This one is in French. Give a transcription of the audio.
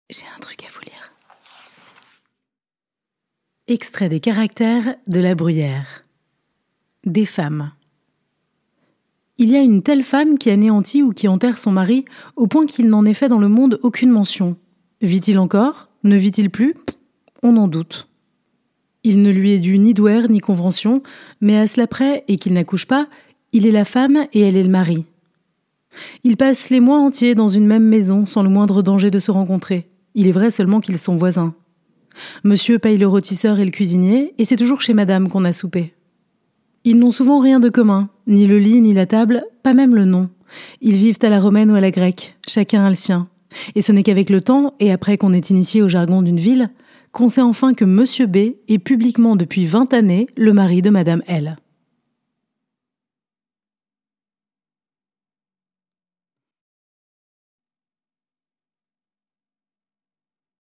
J'ai un truc à vous lire. Extrait des caractères de La Bruyère. Des femmes. Il y a une telle femme qui anéantit ou qui enterre son mari au point qu'il n'en est fait dans le monde aucune mention. Vit-il encore ? Ne vit-il plus ? On en doute. Il ne lui est dû ni douaire ni convention, mais à cela près, et qu'il n'accouche pas, il est la femme et elle est le mari. Ils passent les mois entiers dans une même maison sans le moindre danger de se rencontrer. Il est vrai seulement qu'ils sont voisins. Monsieur paye le rôtisseur et le cuisinier, et c'est toujours chez madame qu'on a soupé. Ils n'ont souvent rien de commun, ni le lit, ni la table, pas même le nom. Ils vivent à la romaine ou à la grecque, chacun a le sien. Et ce n'est qu'avec le temps, et après qu'on est initié au jargon d'une ville, qu'on sait enfin que Monsieur B est publiquement depuis 20 années le mari de madame L.